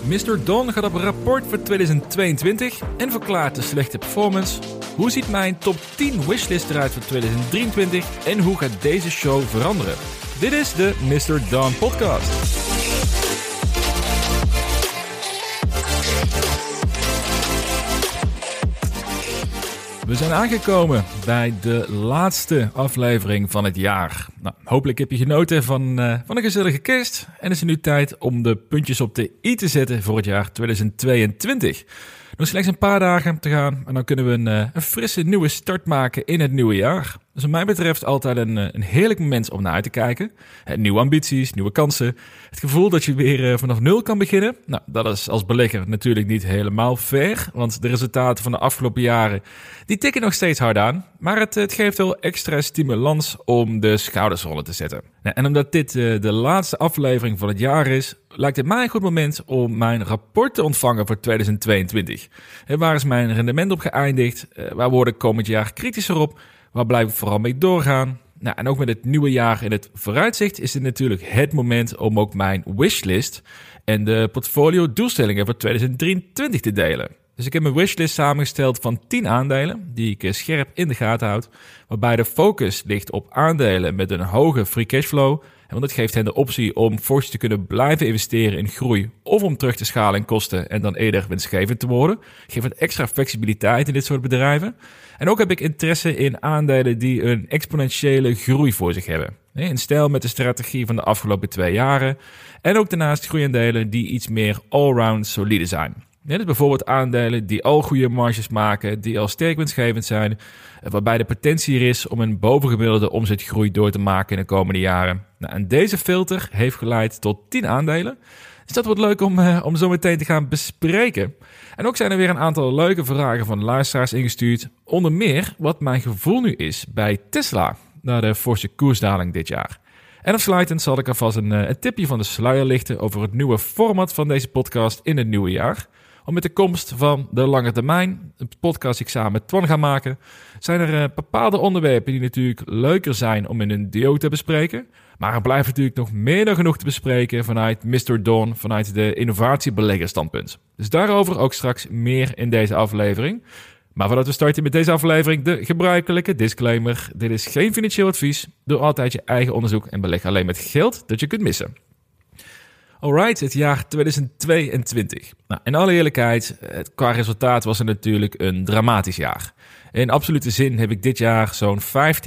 Mr. Don gaat op een rapport voor 2022 en verklaart de slechte performance. Hoe ziet mijn top 10 wishlist eruit voor 2023 en hoe gaat deze show veranderen? Dit is de Mr. Don podcast. We zijn aangekomen bij de laatste aflevering van het jaar. Nou, hopelijk heb je genoten van een gezellige kerst. En is het nu tijd om de puntjes op de i te zetten voor het jaar 2022. Nog slechts een paar dagen te gaan en dan kunnen we een frisse nieuwe start maken in het nieuwe jaar. Dus wat mij betreft altijd een heerlijk moment om naar uit te kijken. Nieuwe ambities, nieuwe kansen. Het gevoel dat je weer vanaf nul kan beginnen. Nou, dat is als belegger natuurlijk niet helemaal fair. Want de resultaten van de afgelopen jaren, die tikken nog steeds hard aan. Maar het geeft wel extra stimulans om de schouders rollen te zetten. Nou, en omdat dit de laatste aflevering van het jaar is, lijkt het mij een goed moment om mijn rapport te ontvangen voor 2022. Waar is mijn rendement op geëindigd? Waar word ik komend jaar kritischer op? Waar blijf ik vooral mee doorgaan? Nou, en ook met het nieuwe jaar in het vooruitzicht is het natuurlijk het moment om ook mijn wishlist en de portfolio doelstellingen voor 2023 te delen. Dus ik heb een wishlist samengesteld van 10 aandelen die ik scherp in de gaten houd, waarbij de focus ligt op aandelen met een hoge free cashflow. Want dat geeft hen de optie om fors te kunnen blijven investeren in groei of om terug te schalen in kosten en dan eerder winstgevend te worden. Geeft het extra flexibiliteit in dit soort bedrijven. En ook heb ik interesse in aandelen die een exponentiële groei voor zich hebben. In stijl met de strategie van de afgelopen 2 jaren. En ook daarnaast groeiaandelen die iets meer allround solide zijn. Dus bijvoorbeeld aandelen die al goede marges maken, die al sterk winstgevend zijn, waarbij de potentie er is om een bovengemiddelde omzetgroei door te maken in de komende jaren. Nou, en deze filter heeft geleid tot 10 aandelen. Dus dat wordt leuk om zo meteen te gaan bespreken. En ook zijn er weer een aantal leuke vragen van luisteraars ingestuurd. Onder meer wat mijn gevoel nu is bij Tesla na de forse koersdaling dit jaar. En afsluitend zal ik alvast een tipje van de sluier lichten over het nieuwe format van deze podcast in het nieuwe jaar. Om met de komst van de lange termijn, een podcast die ik samen met Twan ga maken, zijn er bepaalde onderwerpen die natuurlijk leuker zijn om in een duo te bespreken. Maar er blijft natuurlijk nog meer dan genoeg te bespreken vanuit Mr. Don, vanuit de innovatiebeleggerstandpunt. Dus daarover ook straks meer in deze aflevering. Maar voordat we starten met deze aflevering, de gebruikelijke disclaimer. Dit is geen financieel advies. Doe altijd je eigen onderzoek en beleg alleen met geld dat je kunt missen. Alright, het jaar 2022. Nou, in alle eerlijkheid, qua resultaat was het natuurlijk een dramatisch jaar. In absolute zin heb ik dit jaar zo'n 50-60%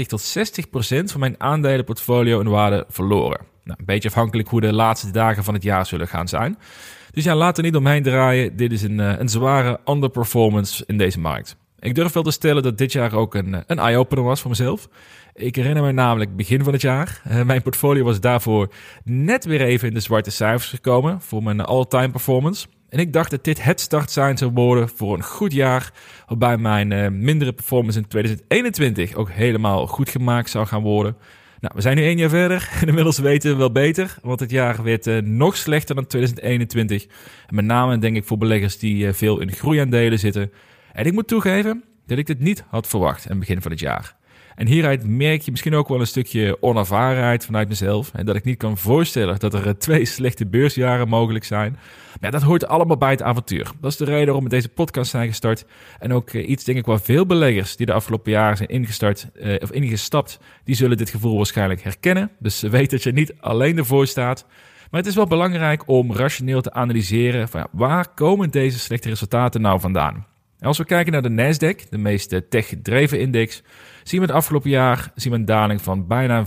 van mijn aandelenportfolio in waarde verloren. Nou, een beetje afhankelijk hoe de laatste dagen van het jaar zullen gaan zijn. Dus ja, laat er niet omheen draaien. Dit is een zware underperformance in deze markt. Ik durf wel te stellen dat dit jaar ook een eye-opener was voor mezelf. Ik herinner me namelijk begin van het jaar. Mijn portfolio was daarvoor net weer even in de zwarte cijfers gekomen voor mijn all-time performance. En ik dacht dat dit het startsein zou worden voor een goed jaar, waarbij mijn mindere performance in 2021 ook helemaal goed gemaakt zou gaan worden. Nou, we zijn nu 1 jaar verder en inmiddels weten we wel beter, want het jaar werd nog slechter dan 2021. En met name denk ik voor beleggers die veel in groeiaandelen zitten. En ik moet toegeven dat ik dit niet had verwacht aan het begin van het jaar. En hieruit merk je misschien ook wel een stukje onervarenheid vanuit mezelf. En dat ik niet kan voorstellen dat er 2 slechte beursjaren mogelijk zijn. Maar dat hoort allemaal bij het avontuur. Dat is de reden waarom we deze podcast zijn gestart. En ook iets denk ik waar veel beleggers die de afgelopen jaren zijn ingestapt, die zullen dit gevoel waarschijnlijk herkennen. Dus weet dat je niet alleen ervoor staat. Maar het is wel belangrijk om rationeel te analyseren van waar komen deze slechte resultaten nou vandaan. En als we kijken naar de Nasdaq, de meest tech-gedreven index, zien we het afgelopen jaar een daling van bijna 34%.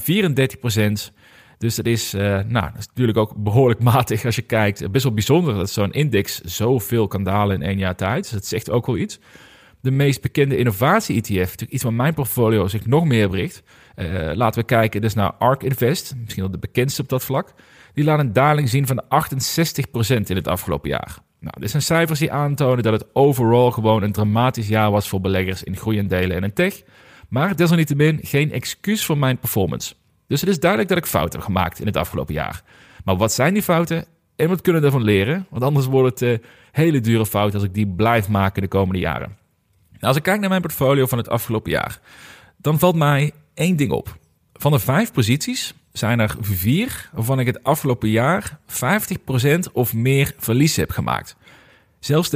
Dus dat is natuurlijk ook behoorlijk matig als je kijkt. Best wel bijzonder dat zo'n index zoveel kan dalen in 1 jaar tijd. Dus dat zegt ook wel iets. De meest bekende innovatie-ETF, natuurlijk iets van mijn portfolio zich nog meer bericht. Laten we kijken dus naar ARK Invest, misschien wel de bekendste op dat vlak. Die laat een daling zien van 68% in het afgelopen jaar. Nou, dit zijn cijfers die aantonen dat het overal gewoon een dramatisch jaar was voor beleggers in groeiaandelen en in tech. Maar desalniettemin geen excuus voor mijn performance. Dus het is duidelijk dat ik fouten heb gemaakt in het afgelopen jaar. Maar wat zijn die fouten en wat kunnen we ervan leren? Want anders wordt het hele dure fouten als ik die blijf maken de komende jaren. Nou, als ik kijk naar mijn portfolio van het afgelopen jaar, dan valt mij 1 ding op. Van de 5 posities zijn er 4 waarvan ik het afgelopen jaar 50% of meer verlies heb gemaakt. Zelfs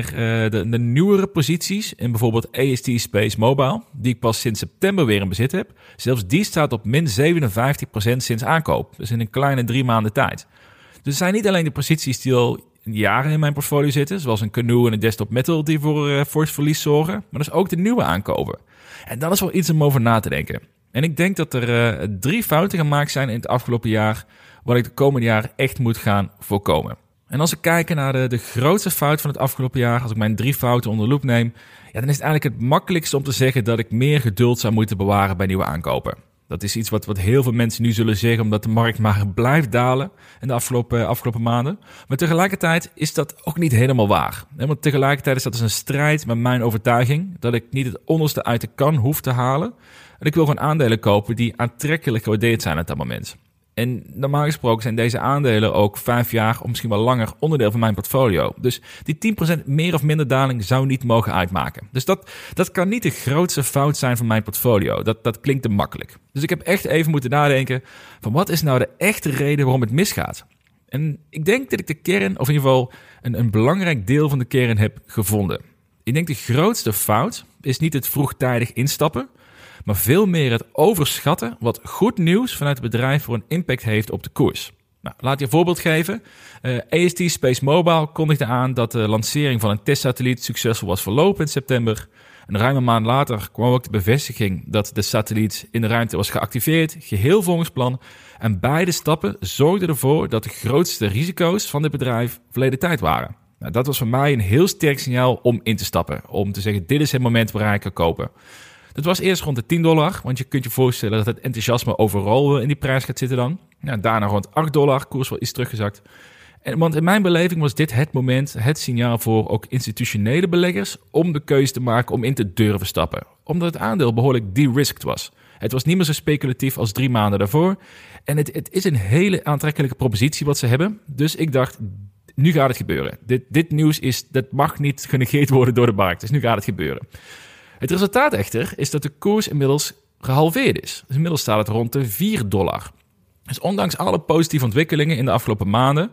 de nieuwere posities in bijvoorbeeld AST Space Mobile, die ik pas sinds september weer in bezit heb, zelfs die staat op min 57% sinds aankoop. Dus in een kleine 3 maanden tijd. Dus het zijn niet alleen de posities die al jaren in mijn portfolio zitten, zoals een Canoe en een Desktop Metal die voor fors verlies zorgen, maar dus ook de nieuwe aankopen. En dat is wel iets om over na te denken. En ik denk dat er 3 fouten gemaakt zijn in het afgelopen jaar, wat ik de komende jaar echt moet gaan voorkomen. En als ik kijk naar de grootste fout van het afgelopen jaar, als ik mijn 3 fouten onder loep neem, ja, dan is het eigenlijk het makkelijkste om te zeggen dat ik meer geduld zou moeten bewaren bij nieuwe aankopen. Dat is iets wat heel veel mensen nu zullen zeggen, omdat de markt maar blijft dalen in de afgelopen maanden. Maar tegelijkertijd is dat ook niet helemaal waar. Want tegelijkertijd is dat dus een strijd met mijn overtuiging dat ik niet het onderste uit de kan hoef te halen. En ik wil gewoon aandelen kopen die aantrekkelijk gewaardeerd zijn op dat moment. En normaal gesproken zijn deze aandelen ook 5 jaar of misschien wel langer onderdeel van mijn portfolio. Dus die 10% meer of minder daling zou niet mogen uitmaken. Dus dat kan niet de grootste fout zijn van mijn portfolio. Dat klinkt te makkelijk. Dus ik heb echt even moeten nadenken van wat is nou de echte reden waarom het misgaat. En ik denk dat ik de kern, of in ieder geval een belangrijk deel van de kern heb gevonden. Ik denk de grootste fout is niet het vroegtijdig instappen, maar veel meer het overschatten wat goed nieuws vanuit het bedrijf voor een impact heeft op de koers. Nou, laat je een voorbeeld geven. AST Space Mobile kondigde aan dat de lancering van een testsatelliet succesvol was verlopen in september. Een ruime maand later kwam ook de bevestiging dat de satelliet in de ruimte was geactiveerd, geheel volgens plan. En beide stappen zorgden ervoor dat de grootste risico's van dit bedrijf verleden tijd waren. Nou, dat was voor mij een heel sterk signaal om in te stappen. Om te zeggen, dit is het moment waar ik kan kopen. Het was eerst rond de $10, want je kunt je voorstellen dat het enthousiasme overal in die prijs gaat zitten dan. Nou, daarna rond $8, koers wel iets teruggezakt. Want in mijn beleving was dit het moment, het signaal voor ook institutionele beleggers om de keuze te maken om in te durven stappen. Omdat het aandeel behoorlijk de-risked was. Het was niet meer zo speculatief als 3 maanden daarvoor. En het is een hele aantrekkelijke propositie wat ze hebben. Dus ik dacht, nu gaat het gebeuren. Dit nieuws dat mag niet genegeerd worden door de markt. Dus nu gaat het gebeuren. Het resultaat echter is dat de koers inmiddels gehalveerd is. Dus inmiddels staat het rond de $4. Dus ondanks alle positieve ontwikkelingen in de afgelopen maanden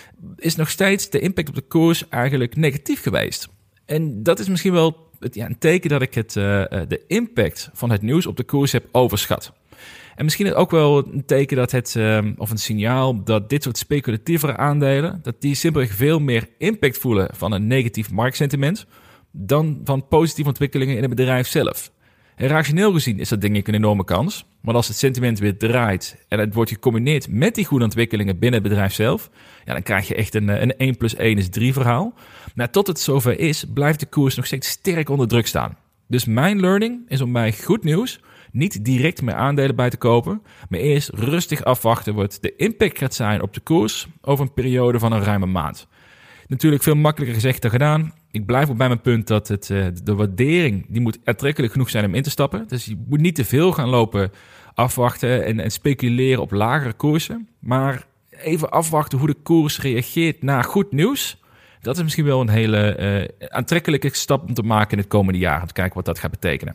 is nog steeds de impact op de koers eigenlijk negatief geweest. En dat is misschien wel een teken dat ik de impact van het nieuws op de koers heb overschat. En misschien ook wel een teken dat of een signaal dat dit soort speculatievere aandelen, dat die simpelweg veel meer impact voelen van een negatief marktsentiment dan van positieve ontwikkelingen in het bedrijf zelf. En rationeel gezien is dat denk ik een enorme kans. Maar als het sentiment weer draait en het wordt gecombineerd met die goede ontwikkelingen binnen het bedrijf zelf, ja, dan krijg je echt een 1 + 1 is 3 verhaal. Maar tot het zover is, blijft de koers nog steeds sterk onder druk staan. Dus mijn learning is om bij goed nieuws niet direct meer aandelen bij te kopen, maar eerst rustig afwachten wat de impact gaat zijn op de koers over een periode van een ruime maand. Natuurlijk veel makkelijker gezegd dan gedaan. Ik blijf ook bij mijn punt dat de waardering die moet aantrekkelijk genoeg zijn om in te stappen. Dus je moet niet te veel gaan lopen afwachten en speculeren op lagere koersen. Maar even afwachten hoe de koers reageert na goed nieuws. Dat is misschien wel een hele aantrekkelijke stap om te maken in het komende jaar. Om te kijken wat dat gaat betekenen.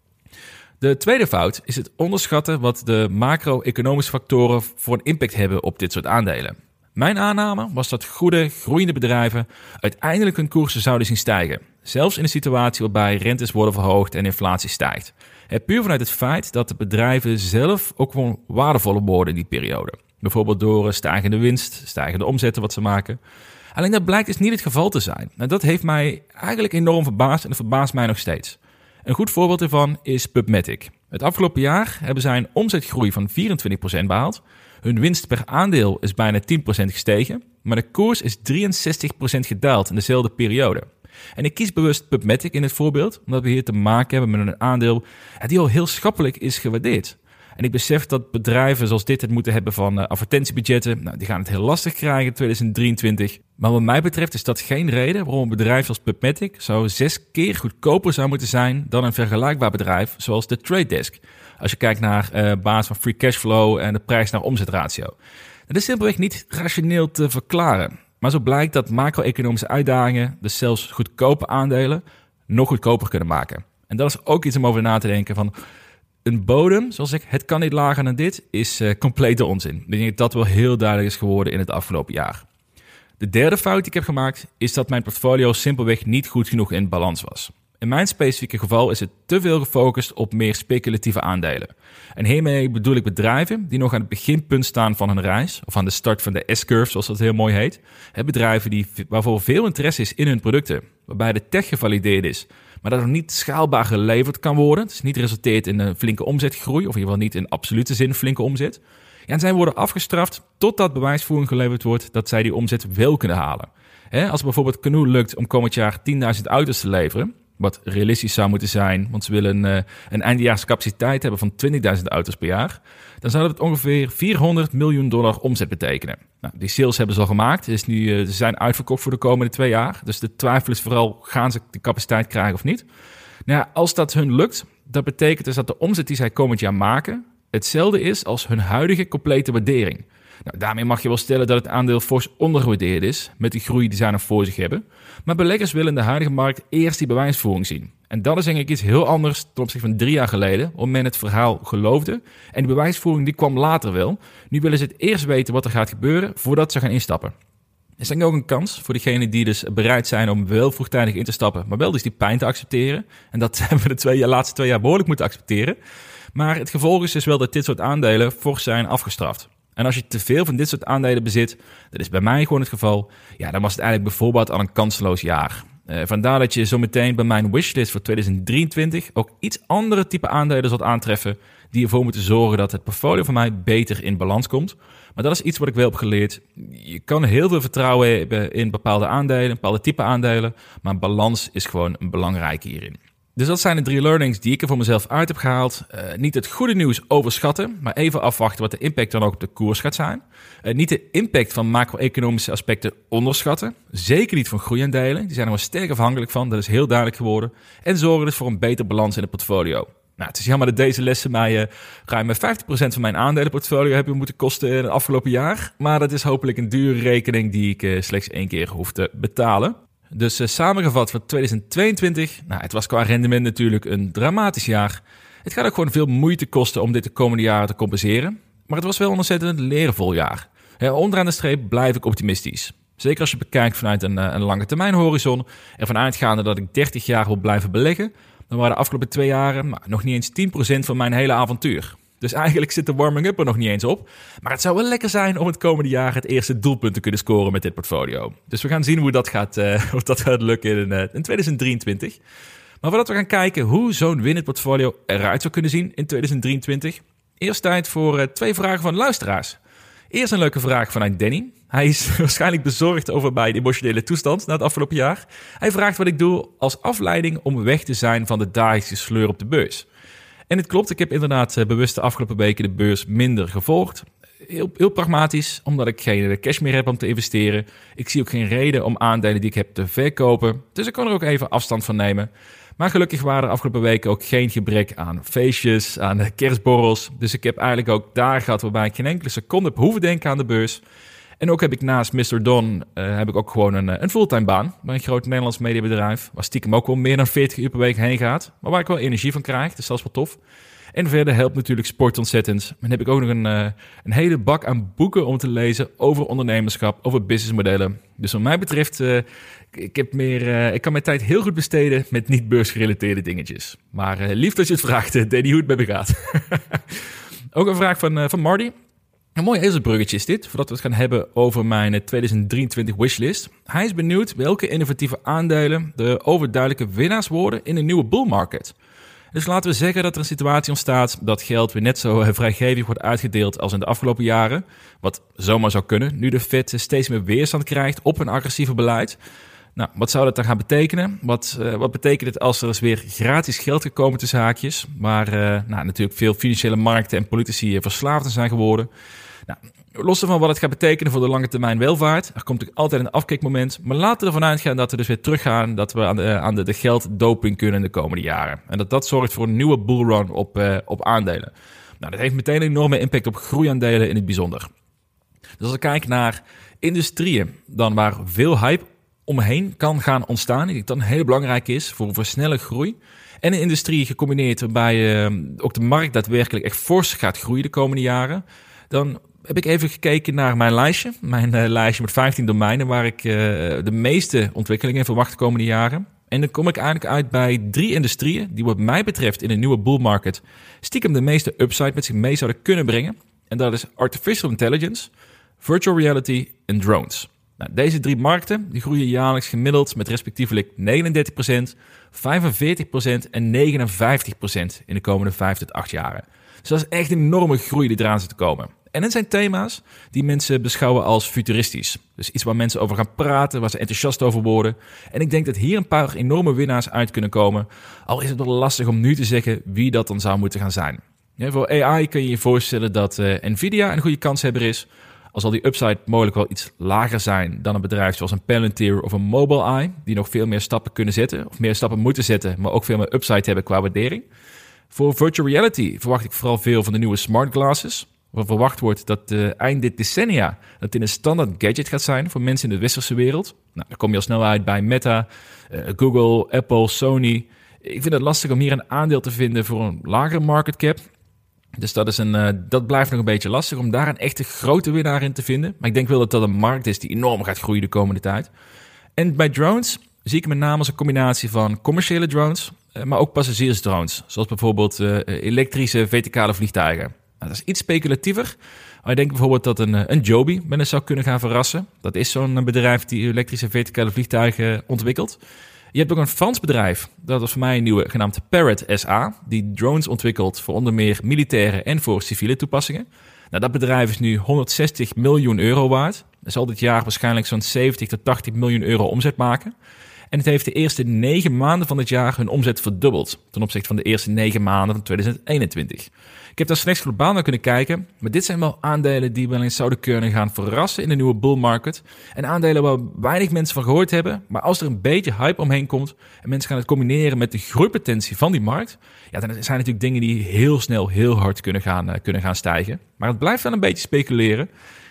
De tweede fout is het onderschatten wat de macro-economische factoren voor een impact hebben op dit soort aandelen. Mijn aanname was dat goede, groeiende bedrijven uiteindelijk hun koersen zouden zien stijgen. Zelfs in een situatie waarbij rentes worden verhoogd en inflatie stijgt. Puur vanuit het feit dat de bedrijven zelf ook gewoon waardevoller worden in die periode. Bijvoorbeeld door stijgende winst, stijgende omzetten wat ze maken. Alleen dat blijkt dus niet het geval te zijn. En dat heeft mij eigenlijk enorm verbaasd en dat verbaast mij nog steeds. Een goed voorbeeld hiervan is PubMatic. Het afgelopen jaar hebben zij een omzetgroei van 24% behaald. Hun winst per aandeel is bijna 10% gestegen, maar de koers is 63% gedaald in dezelfde periode. En ik kies bewust PubMatic in het voorbeeld, omdat we hier te maken hebben met een aandeel die al heel schappelijk is gewaardeerd. En ik besef dat bedrijven zoals dit het moeten hebben van advertentiebudgetten. Nou, die gaan het heel lastig krijgen in 2023. Maar wat mij betreft is dat geen reden waarom een bedrijf als PubMatic zo 6 keer goedkoper zou moeten zijn dan een vergelijkbaar bedrijf zoals de Trade Desk. Als je kijkt naar basis van free cashflow en de prijs naar omzetraatio. Dat is simpelweg niet rationeel te verklaren. Maar zo blijkt dat macro-economische uitdagingen dus zelfs goedkope aandelen nog goedkoper kunnen maken. En dat is ook iets om over na te denken van, een bodem, zoals ik, het kan niet lager dan dit, is complete onzin. Ik denk dat dat wel heel duidelijk is geworden in het afgelopen jaar. De derde fout die ik heb gemaakt is dat mijn portfolio simpelweg niet goed genoeg in balans was. In mijn specifieke geval is het te veel gefocust op meer speculatieve aandelen. En hiermee bedoel ik bedrijven die nog aan het beginpunt staan van hun reis, of aan de start van de S-curve, zoals dat heel mooi heet. Bedrijven waarvoor veel interesse is in hun producten, waarbij de tech gevalideerd is, maar dat nog niet schaalbaar geleverd kan worden. Dus niet resulteert in een flinke omzetgroei, of in ieder geval niet in absolute zin flinke omzet. Ja, en zij worden afgestraft totdat bewijsvoering geleverd wordt dat zij die omzet wel kunnen halen. Als bijvoorbeeld Canoo lukt om komend jaar 10.000 auto's te leveren, wat realistisch zou moeten zijn, want ze willen een eindejaarscapaciteit hebben van 20.000 auto's per jaar, dan zou dat ongeveer $400 miljoen omzet betekenen. Nou, die sales hebben ze al gemaakt, ze zijn uitverkocht voor de komende 2 jaar. Dus de twijfel is vooral, gaan ze de capaciteit krijgen of niet? Nou ja, als dat hun lukt, dat betekent dus dat de omzet die zij komend jaar maken hetzelfde is als hun huidige complete waardering. Nou, daarmee mag je wel stellen dat het aandeel fors ondergewaardeerd is, met de groei die zij nog voor zich hebben. Maar beleggers willen in de huidige markt eerst die bewijsvoering zien. En dat is denk ik iets heel anders ten opzichte van 3 jaar geleden, om men het verhaal geloofde. En die bewijsvoering die kwam later wel. Nu willen ze het eerst weten wat er gaat gebeuren, voordat ze gaan instappen. Er is denk ik ook een kans voor degenen die dus bereid zijn om wel vroegtijdig in te stappen, maar wel dus die pijn te accepteren. En dat hebben we de laatste 2 jaar behoorlijk moeten accepteren. Maar het gevolg is dus wel dat dit soort aandelen fors zijn afgestraft. En als je te veel van dit soort aandelen bezit, dat is bij mij gewoon het geval, ja, dan was het eigenlijk bijvoorbeeld al een kansloos jaar. Vandaar dat je zo meteen bij mijn wishlist voor 2023 ook iets andere type aandelen zult aantreffen die ervoor moeten zorgen dat het portfolio van mij beter in balans komt. Maar dat is iets wat ik wel heb geleerd. Je kan heel veel vertrouwen hebben in bepaalde aandelen, bepaalde type aandelen, maar balans is gewoon een belangrijke hierin. Dus dat zijn de 3 learnings die ik er voor mezelf uit heb gehaald. Niet het goede nieuws overschatten, maar even afwachten wat de impact dan ook op de koers gaat zijn. Niet de impact van macro-economische aspecten onderschatten. Zeker niet van groeiaandelen. Die zijn er maar sterk afhankelijk van, dat is heel duidelijk geworden. En zorgen dus voor een beter balans in het portfolio. Nou, het is jammer dat deze lessen mij ruim 50% van mijn aandelenportfolio hebben moeten kosten in het afgelopen jaar. Maar dat is hopelijk een dure rekening die ik slechts 1 keer hoef te betalen. Dus samengevat voor 2022, nou, het was qua rendement natuurlijk een dramatisch jaar. Het gaat ook gewoon veel moeite kosten om dit de komende jaren te compenseren. Maar het was wel een ontzettend leervol jaar. Onderaan de streep blijf ik optimistisch. Zeker als je bekijkt vanuit een lange termijn horizon. Ervan uitgaande dat ik 30 jaar wil blijven beleggen, dan waren de afgelopen 2 jaren nog niet eens 10% van mijn hele avontuur. Dus eigenlijk zit de warming-up er nog niet eens op. Maar het zou wel lekker zijn om het komende jaar het eerste doelpunt te kunnen scoren met dit portfolio. Dus we gaan zien hoe dat gaat lukken in 2023. Maar voordat we gaan kijken hoe zo'n winnend portfolio eruit zou kunnen zien in 2023, eerst tijd voor 2 vragen van luisteraars. Eerst een leuke vraag vanuit Danny. Hij is waarschijnlijk bezorgd over mijn emotionele toestand na het afgelopen jaar. Hij vraagt wat ik doe als afleiding om weg te zijn van de dagelijkse sleur op de beurs. En het klopt, ik heb inderdaad bewust de afgelopen weken de beurs minder gevolgd. Heel pragmatisch, omdat ik geen cash meer heb om te investeren. Ik zie ook geen reden om aandelen die ik heb te verkopen. Dus ik kan er ook even afstand van nemen. Maar gelukkig waren er afgelopen weken ook geen gebrek aan feestjes, aan kerstborrels. Dus ik heb eigenlijk ook dagen gehad waarbij ik geen enkele seconde heb hoeven denken aan de beurs. En ook heb ik naast Mr. Don heb ik ook gewoon een fulltime baan bij een groot Nederlands mediabedrijf. Waar stiekem ook wel meer dan 40 uur per week heen gaat. Maar waar ik wel energie van krijg, dus dat is wel tof. En verder helpt natuurlijk sport ontzettend. En heb ik ook nog een hele bak aan boeken om te lezen over ondernemerschap, over businessmodellen. Dus wat mij betreft, ik kan mijn tijd heel goed besteden met niet beursgerelateerde dingetjes. Maar lief dat je het vraagt, Danny, hoe het met me gaat. Ook een vraag van Marty. Een mooi ezelsbruggetje is dit, voordat we het gaan hebben over mijn 2023 wishlist. Hij is benieuwd welke innovatieve aandelen de overduidelijke winnaars worden in een nieuwe bull market. Dus laten we zeggen dat er een situatie ontstaat dat geld weer net zo vrijgevig wordt uitgedeeld als in de afgelopen jaren. Wat zomaar zou kunnen, nu de Fed steeds meer weerstand krijgt op een agressieve beleid. Nou, wat zou dat dan gaan betekenen? Wat betekent het als er dus weer gratis geld gaat komen tussen haakjes? Waar natuurlijk veel financiële markten en politici verslaafd aan zijn geworden. Nou, los van wat het gaat betekenen voor de lange termijn welvaart. Er komt altijd een afkikmoment. Maar laten we ervan uitgaan dat we dus weer teruggaan. Dat we aan de gelddoping kunnen in de komende jaren. En dat zorgt voor een nieuwe bullrun op aandelen. Nou, dat heeft meteen een enorme impact op groeiaandelen in het bijzonder. Dus als ik kijk naar industrieën, dan waar veel hype omheen kan gaan ontstaan. Ik denk dat een hele belangrijk is voor snelle groei. En een industrie gecombineerd waarbij ook de markt daadwerkelijk echt fors gaat groeien de komende jaren. Dan heb ik even gekeken naar mijn lijstje. Mijn lijstje met 15 domeinen waar ik de meeste ontwikkelingen verwacht de komende jaren. En dan kom ik eigenlijk uit bij 3 industrieën die wat mij betreft in een nieuwe bull market stiekem de meeste upside met zich mee zouden kunnen brengen. En dat is artificial intelligence, virtual reality en drones. Nou, deze 3 markten die groeien jaarlijks gemiddeld met respectievelijk 39%, 45% en 59% in de komende 5 tot 8 jaren. Dus dat is echt een enorme groei die eraan zit te komen. En het zijn thema's die mensen beschouwen als futuristisch. Dus iets waar mensen over gaan praten, waar ze enthousiast over worden. En ik denk dat hier een paar enorme winnaars uit kunnen komen. Al is het wel lastig om nu te zeggen wie dat dan zou moeten gaan zijn. Ja, voor AI kun je je voorstellen dat Nvidia een goede kanshebber is. Al zal die upside mogelijk wel iets lager zijn dan een bedrijf zoals een Palantir of een Mobileye, die nog veel meer stappen kunnen zetten, of meer stappen moeten zetten, maar ook veel meer upside hebben qua waardering. Voor virtual reality verwacht ik vooral veel van de nieuwe smart glasses. Waar verwacht wordt dat eind dit decennia dat dit een standaard gadget gaat zijn voor mensen in de westerse wereld. Nou, dan kom je al snel uit bij Meta, Google, Apple, Sony. Ik vind het lastig om hier een aandeel te vinden voor een lagere market cap. Dus dat blijft nog een beetje lastig om daar een echte grote winnaar in te vinden. Maar ik denk wel dat dat een markt is die enorm gaat groeien de komende tijd. En bij drones zie ik met name als een combinatie van commerciële drones, maar ook passagiersdrones. Zoals bijvoorbeeld elektrische verticale vliegtuigen. Nou, dat is iets speculatiever. Maar ik denk bijvoorbeeld dat een Joby me zou kunnen gaan verrassen. Dat is zo'n bedrijf die elektrische verticale vliegtuigen ontwikkelt. Je hebt ook een Frans bedrijf, dat is voor mij een nieuwe, genaamd Parrot SA, die drones ontwikkelt voor onder meer militaire en voor civiele toepassingen. Nou, dat bedrijf is nu 160 miljoen euro waard. Dat zal dit jaar waarschijnlijk zo'n 70 tot 80 miljoen euro omzet maken. En het heeft de eerste 9 maanden van het jaar hun omzet verdubbeld ten opzichte van de eerste 9 maanden van 2021. Ik heb daar slechts globaal naar kunnen kijken, maar dit zijn wel aandelen die wel eens zouden kunnen gaan verrassen in de nieuwe bull market. En aandelen waar weinig mensen van gehoord hebben, maar als er een beetje hype omheen komt en mensen gaan het combineren met de groeipotentie van die markt, ja, dan zijn natuurlijk dingen die heel snel heel hard kunnen gaan stijgen. Maar het blijft wel een beetje speculeren.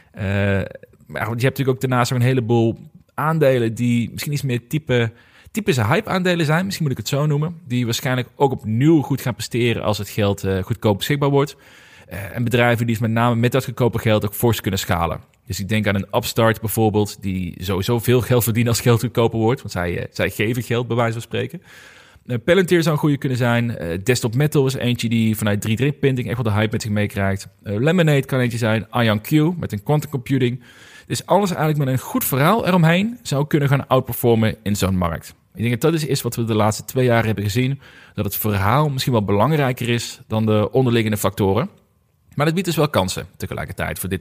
Maar je hebt natuurlijk ook daarnaast nog een heleboel aandelen die misschien iets meer typische hype-aandelen zijn, misschien moet ik het zo noemen, die waarschijnlijk ook opnieuw goed gaan presteren als het geld goedkoop beschikbaar wordt. En bedrijven die met name met dat goedkope geld ook fors kunnen schalen. Dus ik denk aan een Upstart bijvoorbeeld, die sowieso veel geld verdient als geld goedkoper wordt, want zij geven geld bij wijze van spreken. Palantir zou een goede kunnen zijn. Desktop Metal is eentje die vanuit 3D-printing echt wel de hype met zich meekrijgt. Lemonade kan eentje zijn. IonQ met een quantum computing. Dus alles eigenlijk met een goed verhaal eromheen zou kunnen gaan outperformen in zo'n markt. Ik denk dat is wat we de laatste 2 jaar hebben gezien. Dat het verhaal misschien wel belangrijker is dan de onderliggende factoren. Maar dat biedt dus wel kansen tegelijkertijd voor dit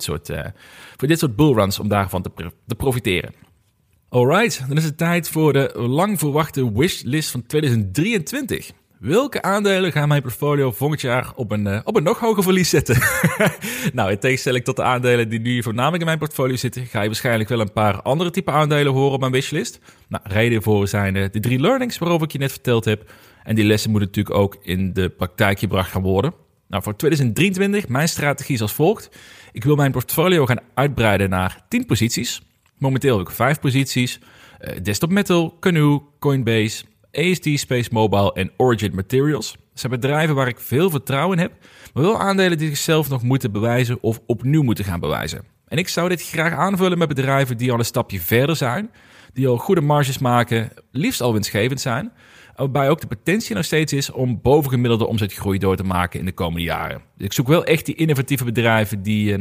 soort bullruns om daarvan te profiteren. Alright, dan is het tijd voor de lang verwachte wishlist van 2023. Welke aandelen gaan mijn portfolio volgend jaar op een nog hoger verlies zetten? Nou, in tegenstelling tot de aandelen die nu voornamelijk in mijn portfolio zitten, ga je waarschijnlijk wel een paar andere type aandelen horen op mijn wishlist. Nou, reden voor zijn de 3 learnings waarover ik je net verteld heb. En die lessen moeten natuurlijk ook in de praktijk gebracht gaan worden. Nou, voor 2023, mijn strategie is als volgt. Ik wil mijn portfolio gaan uitbreiden naar 10 posities. Momenteel heb ik 5 posities. Desktop Metal, Canoo, Coinbase, AST Space Mobile en Origin Materials. Dat zijn bedrijven waar ik veel vertrouwen in heb, maar wel aandelen die zichzelf nog moeten bewijzen of opnieuw moeten gaan bewijzen. En ik zou dit graag aanvullen met bedrijven die al een stapje verder zijn, die al goede marges maken, liefst al winstgevend zijn, waarbij ook de potentie nog steeds is om bovengemiddelde omzetgroei door te maken in de komende jaren. Dus ik zoek wel echt die innovatieve bedrijven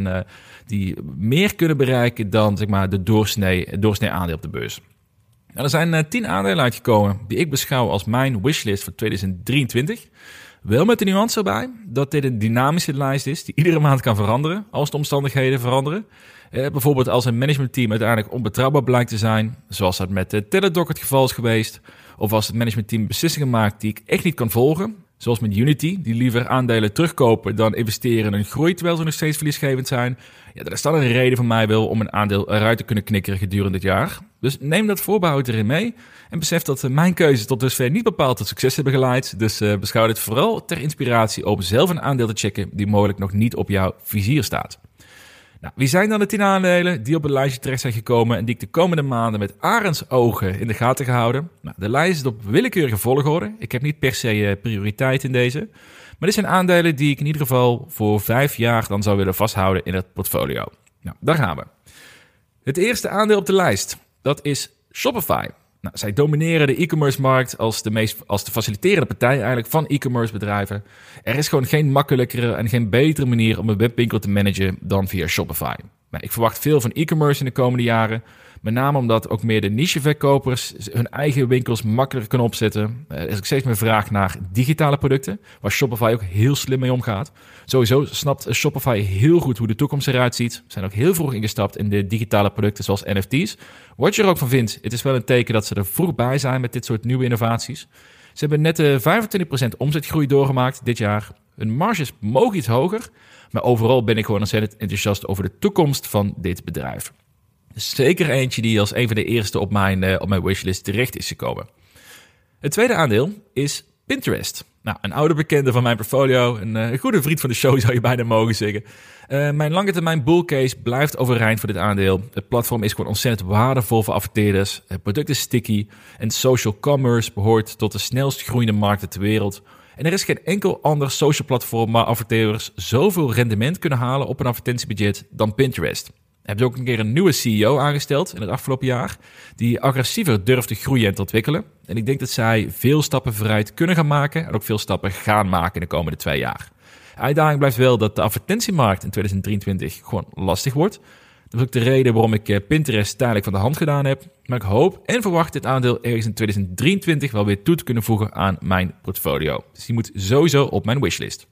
die meer kunnen bereiken dan zeg maar, de doorsnee aandeel op de beurs. Nou, er zijn 10 aandelen uitgekomen die ik beschouw als mijn wishlist voor 2023. Wel met de nuance erbij dat dit een dynamische lijst is die iedere maand kan veranderen als de omstandigheden veranderen. Bijvoorbeeld als een managementteam uiteindelijk onbetrouwbaar blijkt te zijn, zoals dat met Teladoc het geval is geweest. Of als het managementteam beslissingen maakt die ik echt niet kan volgen. Zoals met Unity, die liever aandelen terugkopen dan investeren in een groei terwijl ze nog steeds verliesgevend zijn. Ja, dat is dan een reden voor mij wel om een aandeel eruit te kunnen knikkeren gedurende dit jaar. Dus neem dat voorbehoud erin mee en besef dat mijn keuzes tot dusver niet bepaald tot succes hebben geleid. Dus beschouw dit vooral ter inspiratie om zelf een aandeel te checken die mogelijk nog niet op jouw vizier staat. Nou, wie zijn dan de 10 aandelen die op het lijstje terecht zijn gekomen en die ik de komende maanden met arendsogen in de gaten gehouden? Nou, de lijst is op willekeurige volgorde. Ik heb niet per se prioriteit in deze. Maar dit zijn aandelen die ik in ieder geval voor 5 jaar dan zou willen vasthouden in het portfolio. Nou, daar gaan we. Het eerste aandeel op de lijst, dat is Shopify. Nou, zij domineren de e-commerce markt als de faciliterende partij eigenlijk van e-commerce bedrijven. Er is gewoon geen makkelijkere en geen betere manier om een webwinkel te managen dan via Shopify. Nou, ik verwacht veel van e-commerce in de komende jaren. Met name omdat ook meer de nicheverkopers hun eigen winkels makkelijker kunnen opzetten. Er is ook steeds meer vraag naar digitale producten, waar Shopify ook heel slim mee omgaat. Sowieso snapt Shopify heel goed hoe de toekomst eruit ziet. Ze zijn ook heel vroeg ingestapt in de digitale producten zoals NFT's. Wat je er ook van vindt, het is wel een teken dat ze er vroeg bij zijn met dit soort nieuwe innovaties. Ze hebben net 25% omzetgroei doorgemaakt dit jaar. Hun marges mogen iets hoger, maar overal ben ik gewoon ontzettend enthousiast over de toekomst van dit bedrijf. Zeker eentje die als een van de eerste op mijn wishlist terecht is gekomen. Het tweede aandeel is Pinterest. Nou, een oude bekende van mijn portfolio, een goede vriend van de show zou je bijna mogen zeggen. Mijn lange termijn bull case blijft overeind voor dit aandeel. Het platform is gewoon ontzettend waardevol voor adverteerders. Het product is sticky en social commerce behoort tot de snelst groeiende markten ter wereld. En er is geen enkel ander social platform waar adverteerders zoveel rendement kunnen halen op een advertentiebudget dan Pinterest. Hebben ze ook een keer een nieuwe CEO aangesteld in het afgelopen jaar, die agressiever durft te groeien en te ontwikkelen. En ik denk dat zij veel stappen vooruit kunnen gaan maken en ook veel stappen gaan maken in de komende 2 jaar. De uitdaging blijft wel dat de advertentiemarkt in 2023 gewoon lastig wordt. Dat is ook de reden waarom ik Pinterest tijdelijk van de hand gedaan heb. Maar ik hoop en verwacht dit aandeel ergens in 2023 wel weer toe te kunnen voegen aan mijn portfolio. Dus die moet sowieso op mijn wishlist.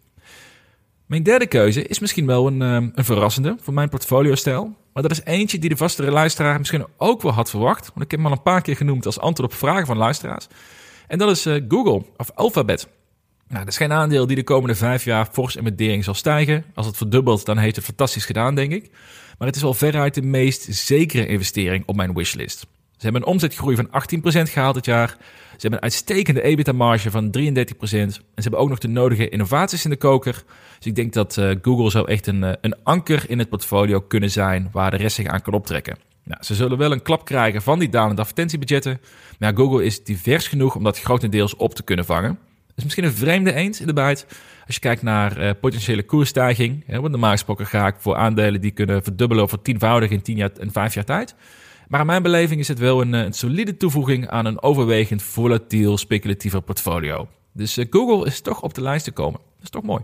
Mijn derde keuze is misschien wel een verrassende voor mijn portfolio-stijl. Maar dat is eentje die de vastere luisteraar misschien ook wel had verwacht. Want ik heb hem al een paar keer genoemd als antwoord op vragen van luisteraars. En dat is Google of Alphabet. Nou, dat is geen aandeel die de komende 5 jaar fors in waardering zal stijgen. Als het verdubbelt, dan heeft het fantastisch gedaan, denk ik. Maar het is wel veruit de meest zekere investering op mijn wishlist. Ze hebben een omzetgroei van 18% gehaald dit jaar. Ze hebben een uitstekende EBITDA-marge van 33%. En ze hebben ook nog de nodige innovaties in de koker. Dus ik denk dat Google zou echt een anker in het portfolio kunnen zijn waar de rest zich aan kan optrekken. Nou, ze zullen wel een klap krijgen van die dalende advertentiebudgetten. Maar Google is divers genoeg om dat grotendeels op te kunnen vangen. Dat is misschien een vreemde eend in de bijt. Als je kijkt naar potentiële koersstijging. Want normaal gesproken ga ik voor aandelen die kunnen verdubbelen of vertienvoudigen in 10 jaar en 5 jaar tijd. Maar in mijn beleving is het wel een solide toevoeging aan een overwegend volatiel speculatiever portfolio. Dus Google is toch op de lijst te komen. Dat is toch mooi.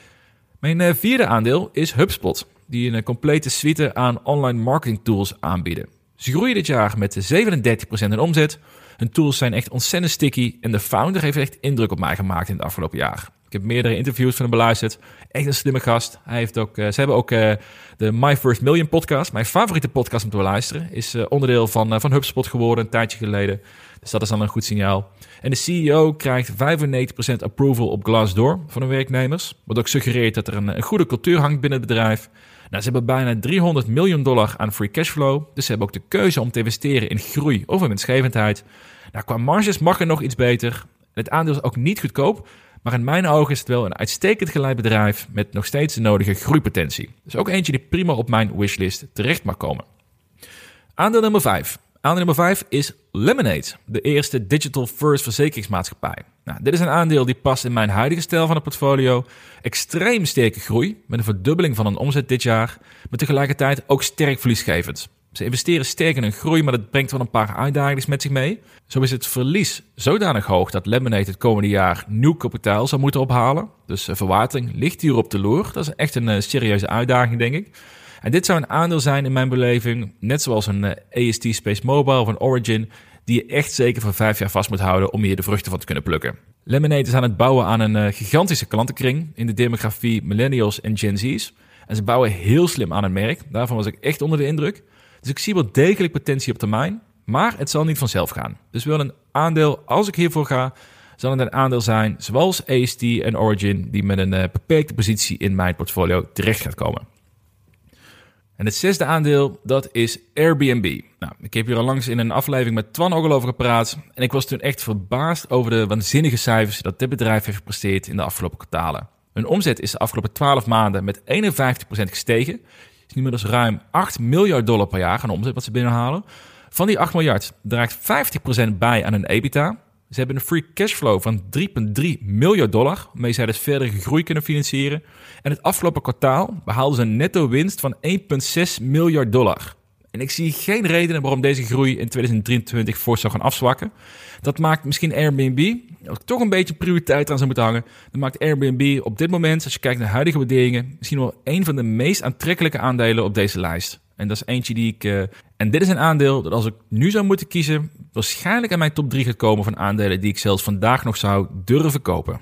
Mijn vierde aandeel is HubSpot, die een complete suite aan online marketing tools aanbieden. Ze groeien dit jaar met 37% in omzet. Hun tools zijn echt ontzettend sticky en de founder heeft echt indruk op mij gemaakt in het afgelopen jaar. Ik heb meerdere interviews van hem beluisterd. Echt een slimme gast. Ze hebben ook de My First Million podcast, mijn favoriete podcast om te beluisteren, is onderdeel van HubSpot geworden een tijdje geleden. Dus dat is dan een goed signaal. En de CEO krijgt 95% approval op Glassdoor van hun werknemers. Wat ook suggereert dat er een goede cultuur hangt binnen het bedrijf. Nou, ze hebben bijna $300 miljoen aan free cashflow. Dus ze hebben ook de keuze om te investeren in groei of in winstgevendheid. Nou, qua marges mag er nog iets beter. Het aandeel is ook niet goedkoop. Maar in mijn ogen is het wel een uitstekend geleid bedrijf met nog steeds de nodige groeipotentie. Dus ook eentje die prima op mijn wishlist terecht mag komen. Aandeel nummer 5. Aandeel nummer 5 is Lemonade, de eerste digital first verzekeringsmaatschappij. Nou, dit is een aandeel die past in mijn huidige stijl van het portfolio. Extreem sterke groei, met een verdubbeling van hun omzet dit jaar, maar tegelijkertijd ook sterk verliesgevend. Ze investeren sterk in hun groei, maar dat brengt wel een paar uitdagingen met zich mee. Zo is het verlies zodanig hoog dat Lemonade het komende jaar nieuw kapitaal zou moeten ophalen. Dus verwatering ligt hier op de loer. Dat is echt een serieuze uitdaging, denk ik. En dit zou een aandeel zijn in mijn beleving, net zoals een AST Space Mobile of een Origin, die je echt zeker voor 5 jaar vast moet houden om hier de vruchten van te kunnen plukken. Lemonade is aan het bouwen aan een gigantische klantenkring in de demografie millennials en Gen Z's. En ze bouwen heel slim aan het merk. Daarvan was ik echt onder de indruk. Dus ik zie wel degelijk potentie op termijn, maar het zal niet vanzelf gaan. Dus wel een aandeel, als ik hiervoor ga, zal het een aandeel zijn zoals AST en Origin, die met een beperkte positie in mijn portfolio terecht gaat komen. En het zesde aandeel, dat is Airbnb. Nou, ik heb hier al langs in een aflevering met Twan ook al over gepraat. En ik was toen echt verbaasd over de waanzinnige cijfers dat dit bedrijf heeft gepresteerd in de afgelopen kwartalen. Hun omzet is de afgelopen 12 maanden met 51% gestegen. is inmiddels ruim $8 miljard per jaar aan omzet wat ze binnenhalen. Van die 8 miljard draagt 50% bij aan hun EBITDA. Ze hebben een free cashflow van $3,3 miljard, waarmee zij dus verdere groei kunnen financieren. En het afgelopen kwartaal behaalden ze een netto winst van $1,6 miljard. En ik zie geen redenen waarom deze groei in 2023 fors zou gaan afzwakken. Dat maakt misschien Airbnb, als ik toch een beetje prioriteit aan zou moeten hangen, dan maakt Airbnb op dit moment, als je kijkt naar huidige waarderingen, misschien wel een van de meest aantrekkelijke aandelen op deze lijst. En dat is eentje die ik... En dit is een aandeel dat als ik nu zou moeten kiezen, waarschijnlijk aan mijn top 3 gaat komen van aandelen die ik zelfs vandaag nog zou durven kopen,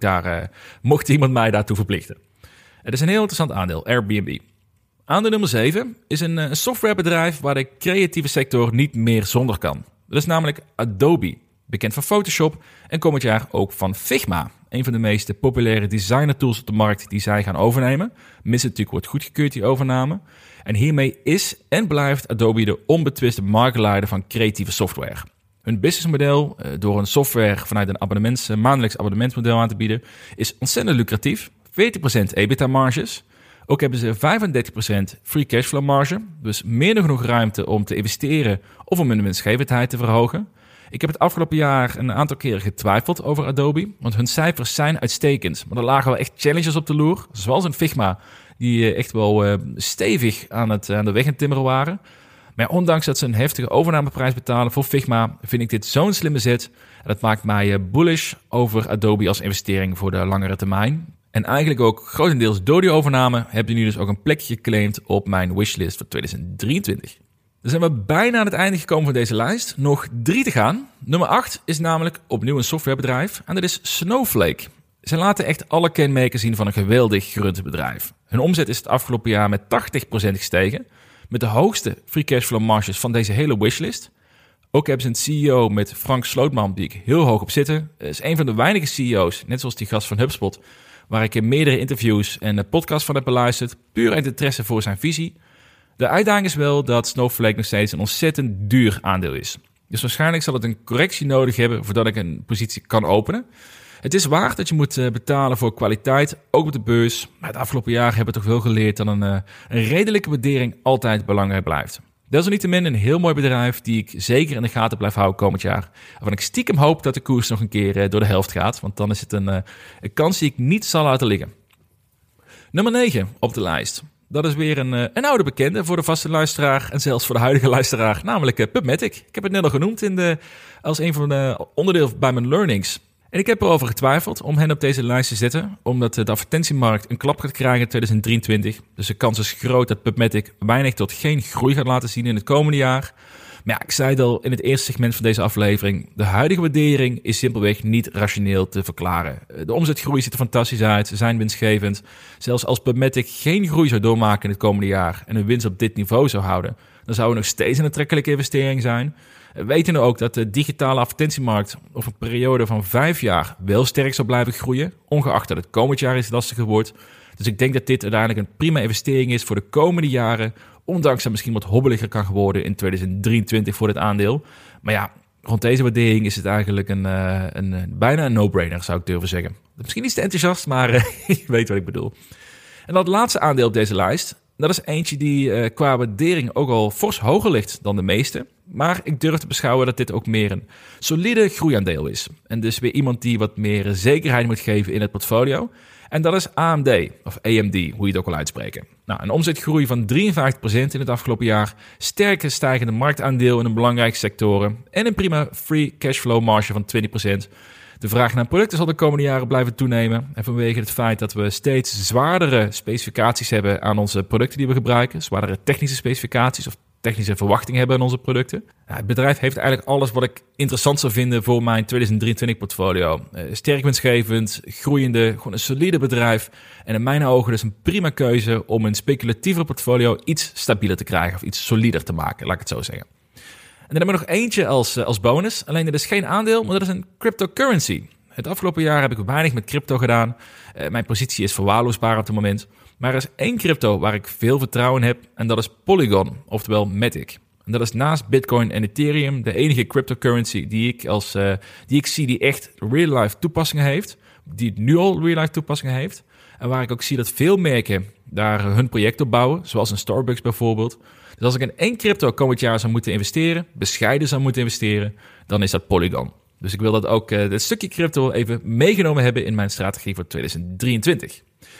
mocht iemand mij daartoe verplichten. Het is een heel interessant aandeel, Airbnb. Aandeel nummer 7 is een softwarebedrijf waar de creatieve sector niet meer zonder kan. Dat is namelijk Adobe, bekend van Photoshop en komend jaar ook van Figma. Een van de meest populaire designer tools op de markt die zij gaan overnemen. Mits het natuurlijk wordt goedgekeurd, die overname. En hiermee is en blijft Adobe de onbetwiste marktleider van creatieve software. Hun businessmodel, door een software vanuit een maandelijks abonnementsmodel aan te bieden, is ontzettend lucratief. 40% EBITDA-marges. Ook hebben ze 35% free cashflow marge, dus meer dan genoeg ruimte om te investeren of om hun winstgevendheid te verhogen. Ik heb het afgelopen jaar een aantal keren getwijfeld over Adobe, want hun cijfers zijn uitstekend. Maar er lagen wel echt challenges op de loer, zoals een Figma, die echt wel stevig aan de weg aan timmeren waren. Maar ja, ondanks dat ze een heftige overnameprijs betalen voor Figma, vind ik dit zo'n slimme zet. En dat maakt mij bullish over Adobe als investering voor de langere termijn. En eigenlijk ook grotendeels door die overname heb je nu dus ook een plekje geclaimd op mijn wishlist voor 2023. Dan zijn we bijna aan het einde gekomen van deze lijst. Nog 3 te gaan. Nummer 8 is namelijk opnieuw een softwarebedrijf en dat is Snowflake. Ze laten echt alle kenmerken zien van een geweldig gerund bedrijf. Hun omzet is het afgelopen jaar met 80% gestegen, met de hoogste free cashflow marges van deze hele wishlist. Ook hebben ze een CEO met Frank Slootman, die ik heel hoog op zitten. Hij is een van de weinige CEO's, net zoals die gast van HubSpot, waar ik meerdere interviews en podcasts van heb beluisterd, puur uit interesse voor zijn visie. De uitdaging is wel dat Snowflake nog steeds een ontzettend duur aandeel is. Dus waarschijnlijk zal het een correctie nodig hebben voordat ik een positie kan openen. Het is waar dat je moet betalen voor kwaliteit, ook op de beurs. Maar het afgelopen jaar hebben we toch wel geleerd dat een redelijke waardering altijd belangrijk blijft. Desalniettemin een heel mooi bedrijf die ik zeker in de gaten blijf houden komend jaar. Waarvan ik stiekem hoop dat de koers nog een keer door de helft gaat. Want dan is het een kans die ik niet zal laten liggen. Nummer 9 op de lijst. Dat is weer een oude bekende voor de vaste luisteraar en zelfs voor de huidige luisteraar. Namelijk PubMatic. Ik heb het net al genoemd als een van de onderdelen bij mijn learnings. En ik heb erover getwijfeld om hen op deze lijst te zetten, omdat de advertentiemarkt een klap gaat krijgen in 2023. Dus de kans is groot dat PubMatic weinig tot geen groei gaat laten zien in het komende jaar. Maar ja, ik zei het al in het eerste segment van deze aflevering, de huidige waardering is simpelweg niet rationeel te verklaren. De omzetgroei ziet er fantastisch uit, ze zijn winstgevend. Zelfs als PubMatic geen groei zou doormaken in het komende jaar en een winst op dit niveau zou houden, dan zou het nog steeds een aantrekkelijke investering zijn. We weten ook dat de digitale advertentiemarkt over een periode van 5 jaar wel sterk zal blijven groeien, ongeacht dat het komend jaar iets lastiger wordt. Dus ik denk dat dit uiteindelijk een prima investering is voor de komende jaren, ondanks dat het misschien wat hobbeliger kan worden in 2023 voor dit aandeel. Maar ja, rond deze waardering is het eigenlijk bijna een no-brainer, zou ik durven zeggen. Misschien iets te enthousiast, maar je weet wat ik bedoel. En dan het laatste aandeel op deze lijst. Dat is eentje die qua waardering ook al fors hoger ligt dan de meeste. Maar ik durf te beschouwen dat dit ook meer een solide groeiaandeel is. En dus weer iemand die wat meer zekerheid moet geven in het portfolio. En dat is AMD, of AMD, hoe je het ook al uitspreken. Nou, een omzetgroei van 53% in het afgelopen jaar. Sterke stijgende marktaandeel in de belangrijke sectoren. En een prima free cashflow marge van 20%. De vraag naar producten zal de komende jaren blijven toenemen. En vanwege het feit dat we steeds zwaardere specificaties hebben aan onze producten die we gebruiken. Zwaardere technische specificaties of technische verwachtingen hebben aan onze producten. Ja, het bedrijf heeft eigenlijk alles wat ik interessant zou vinden voor mijn 2023 portfolio. Sterk winstgevend, groeiende, gewoon een solide bedrijf. En in mijn ogen dus een prima keuze om een speculatieve portfolio iets stabieler te krijgen of iets solider te maken, laat ik het zo zeggen. En dan hebben we nog eentje als bonus. Alleen dat is geen aandeel, maar dat is een cryptocurrency. Het afgelopen jaar heb ik weinig met crypto gedaan. Mijn positie is verwaarloosbaar op het moment. Maar er is 1 crypto waar ik veel vertrouwen in heb en dat is Polygon, oftewel Matic. En dat is naast Bitcoin en Ethereum de enige cryptocurrency die ik zie die echt real-life toepassingen heeft. Die nu al real-life toepassingen heeft. En waar ik ook zie dat veel merken daar hun project op bouwen, zoals een Starbucks bijvoorbeeld. Dus als ik in 1 crypto komend jaar zou moeten investeren, bescheiden zou moeten investeren, dan is dat Polygon. Dus ik wil dat ook dit stukje crypto even meegenomen hebben in mijn strategie voor 2023.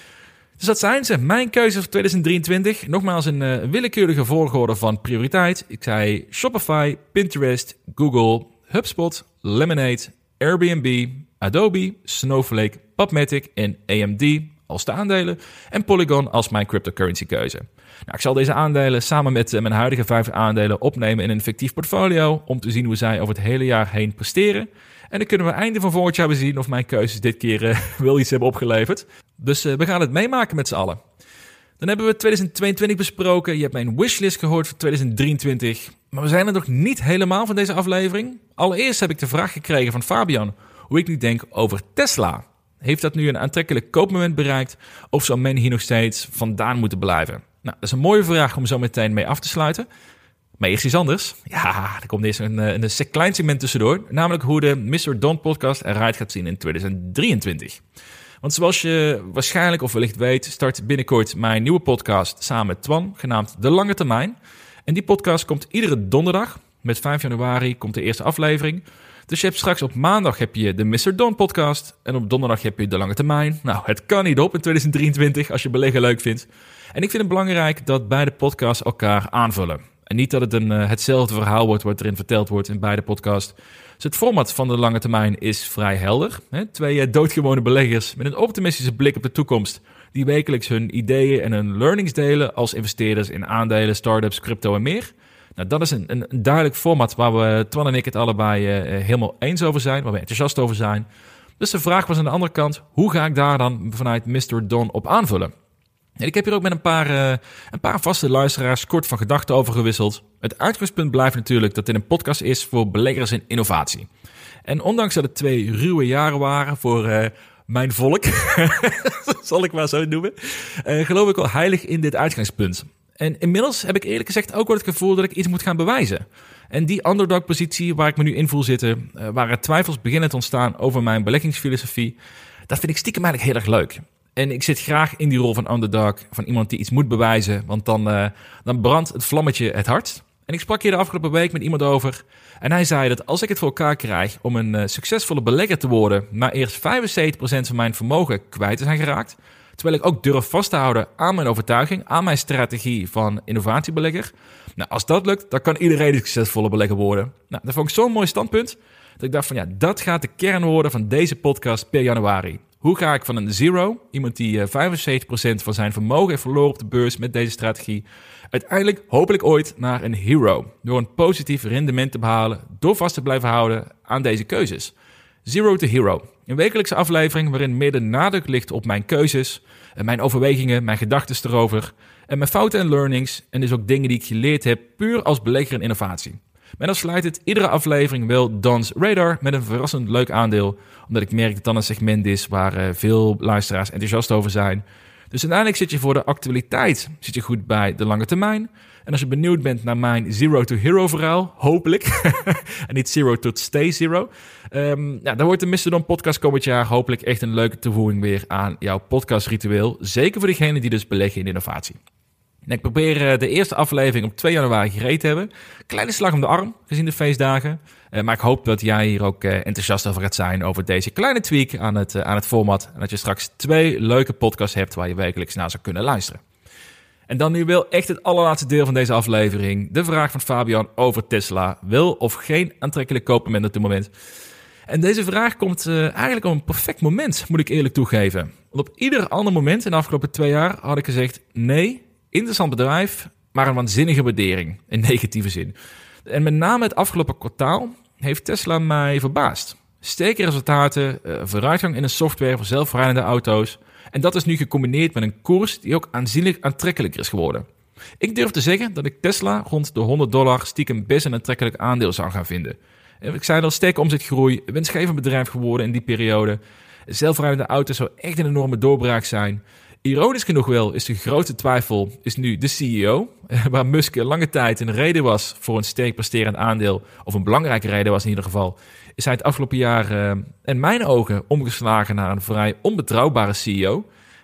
Dus dat zijn ze, mijn keuzes voor 2023. Nogmaals een willekeurige volgorde van prioriteit. Ik zei Shopify, Pinterest, Google, HubSpot, Lemonade, Airbnb, Adobe, Snowflake, PubMatic en AMD als de aandelen en Polygon als mijn cryptocurrency keuze. Nou, ik zal deze aandelen samen met mijn huidige 5 aandelen opnemen in een fictief portfolio om te zien hoe zij over het hele jaar heen presteren. En dan kunnen we einde van volgend jaar zien of mijn keuzes dit keer wel iets hebben opgeleverd. Dus we gaan het meemaken met z'n allen. Dan hebben we 2022 besproken. Je hebt mijn wishlist gehoord voor 2023. Maar we zijn er nog niet helemaal van deze aflevering. Allereerst heb ik de vraag gekregen van Fabian hoe ik nu denk over Tesla. Heeft dat nu een aantrekkelijk koopmoment bereikt of zou men hier nog steeds vandaan moeten blijven? Nou, dat is een mooie vraag om zo meteen mee af te sluiten. Maar eerst iets anders. Ja, er komt eerst een klein segment tussendoor. Namelijk hoe de Mr. Don podcast eruit gaat zien in 2023. Want zoals je waarschijnlijk of wellicht weet, start binnenkort mijn nieuwe podcast samen met Twan, genaamd De Lange Termijn. En die podcast komt iedere donderdag. Met 5 januari komt de eerste aflevering. Dus je hebt straks op maandag heb je de Mr. Don podcast en op donderdag heb je De Lange Termijn. Nou, het kan niet op in 2023 als je beleggen leuk vindt. En ik vind het belangrijk dat beide podcasts elkaar aanvullen. En niet dat het hetzelfde verhaal wordt wat erin verteld wordt in beide podcasts. Dus het format van De Lange Termijn is vrij helder. 2 doodgewone beleggers met een optimistische blik op de toekomst die wekelijks hun ideeën en hun learnings delen als investeerders in aandelen, startups, crypto en meer. Nou, dat is een duidelijk format waar we, Twan en ik, het allebei helemaal eens over zijn, waar we enthousiast over zijn. Dus de vraag was aan de andere kant, hoe ga ik daar dan vanuit Mr. Don op aanvullen? En ik heb hier ook met een paar vaste luisteraars kort van gedachten over gewisseld. Het uitgangspunt blijft natuurlijk dat dit een podcast is voor beleggers in innovatie. En ondanks dat het 2 ruwe jaren waren voor mijn volk, zal ik maar zo noemen, geloof ik wel heilig in dit uitgangspunt. En inmiddels heb ik eerlijk gezegd ook wel het gevoel dat ik iets moet gaan bewijzen. En die underdog-positie waar ik me nu in voel zitten, waar er twijfels beginnen te ontstaan over mijn beleggingsfilosofie, dat vind ik stiekem eigenlijk heel erg leuk. En ik zit graag in die rol van underdog, van iemand die iets moet bewijzen, want dan brandt het vlammetje het hardst. En ik sprak hier de afgelopen week met iemand over en hij zei dat als ik het voor elkaar krijg om een succesvolle belegger te worden, maar eerst 75% van mijn vermogen kwijt te zijn geraakt, terwijl ik ook durf vast te houden aan mijn overtuiging, aan mijn strategie van innovatiebelegger. Nou, als dat lukt, dan kan iedereen een succesvolle belegger worden. Nou, dat vond ik zo'n mooi standpunt, dat ik dacht van ja, dat gaat de kern worden van deze podcast per januari. Hoe ga ik van een zero, iemand die 75% van zijn vermogen heeft verloren op de beurs met deze strategie, uiteindelijk hopelijk ooit naar een hero, door een positief rendement te behalen, door vast te blijven houden aan deze keuzes. Zero to Hero. Een wekelijkse aflevering waarin meer de nadruk ligt op mijn keuzes, mijn overwegingen, mijn gedachten erover, en mijn fouten en learnings, en dus ook dingen die ik geleerd heb puur als belegger in innovatie. En dan sluit het iedere aflevering wel Don's Radar met een verrassend leuk aandeel, omdat ik merk dat dan een segment is waar veel luisteraars enthousiast over zijn. Dus uiteindelijk zit je voor de actualiteit zit je goed bij De Lange Termijn. En als je benieuwd bent naar mijn Zero to Hero verhaal, hopelijk, en niet Zero to Stay Zero, dan wordt de Mr. Don podcast komend jaar hopelijk echt een leuke toevoeging weer aan jouw podcastritueel. Zeker voor degenen die dus beleggen in innovatie. En ik probeer de eerste aflevering op 2 januari gereed te hebben. Kleine slag om de arm, gezien de feestdagen. Maar ik hoop dat jij hier ook enthousiast over gaat zijn over deze kleine tweak aan het format. En dat je straks 2 leuke podcasts hebt waar je wekelijks naar zou kunnen luisteren. En dan nu wel echt het allerlaatste deel van deze aflevering. De vraag van Fabian over Tesla. Wel of geen aantrekkelijk koopmoment op dit moment? En deze vraag komt eigenlijk op een perfect moment, moet ik eerlijk toegeven. Want op ieder ander moment in de afgelopen 2 jaar had ik gezegd nee, interessant bedrijf, maar een waanzinnige waardering, in negatieve zin. En met name het afgelopen kwartaal heeft Tesla mij verbaasd. Sterke resultaten, vooruitgang in een software voor zelfrijdende auto's. En dat is nu gecombineerd met een koers die ook aanzienlijk aantrekkelijker is geworden. Ik durf te zeggen dat ik Tesla rond de $100 stiekem best een aantrekkelijk aandeel zou gaan vinden. Ik zei al, sterke omzetgroei, winstgevend bedrijf geworden in die periode. Zelfrijdende auto's zou echt een enorme doorbraak zijn. Ironisch genoeg wel is de grote twijfel is nu de CEO, waar Musk lange tijd een reden was voor een sterk presterend aandeel, of een belangrijke reden was in ieder geval, is hij het afgelopen jaar in mijn ogen omgeslagen naar een vrij onbetrouwbare CEO.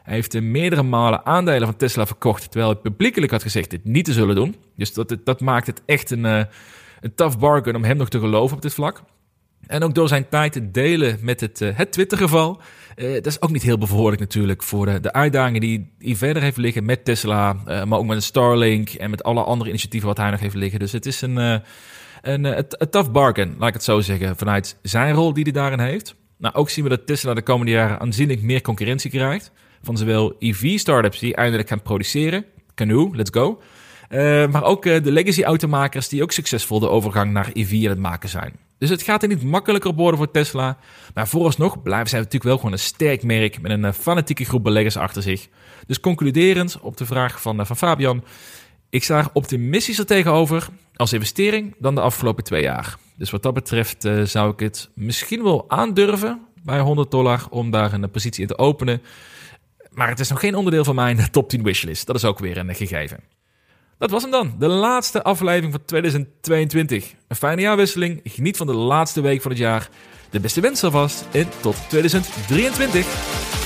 Hij heeft meerdere malen aandelen van Tesla verkocht, terwijl hij publiekelijk had gezegd dit niet te zullen doen. Dus dat maakt het echt een tough bargain om hem nog te geloven op dit vlak. En ook door zijn tijd te delen met het Twitter-geval. Dat is ook niet heel bevorderlijk natuurlijk voor de uitdagingen die hij verder heeft liggen met Tesla. Maar ook met een Starlink en met alle andere initiatieven wat hij nog heeft liggen. Dus het is een tough bargain, laat ik het zo zeggen, vanuit zijn rol die hij daarin heeft. Nou, ook zien we dat Tesla de komende jaren aanzienlijk meer concurrentie krijgt. Van zowel EV-startups die eindelijk gaan produceren. Canoe, let's go. Maar ook de legacy-automakers die ook succesvol de overgang naar EV aan het maken zijn. Dus het gaat er niet makkelijker op worden voor Tesla. Maar vooralsnog blijven zij natuurlijk wel gewoon een sterk merk met een fanatieke groep beleggers achter zich. Dus concluderend op de vraag van Fabian. Ik sta er optimistischer tegenover als investering dan de afgelopen 2 jaar. Dus wat dat betreft zou ik het misschien wel aandurven bij $100 om daar een positie in te openen. Maar het is nog geen onderdeel van mijn top 10 wishlist. Dat is ook weer een gegeven. Dat was hem dan. De laatste aflevering van 2022. Een fijne jaarwisseling. Geniet van de laatste week van het jaar. De beste wensen alvast en tot 2023.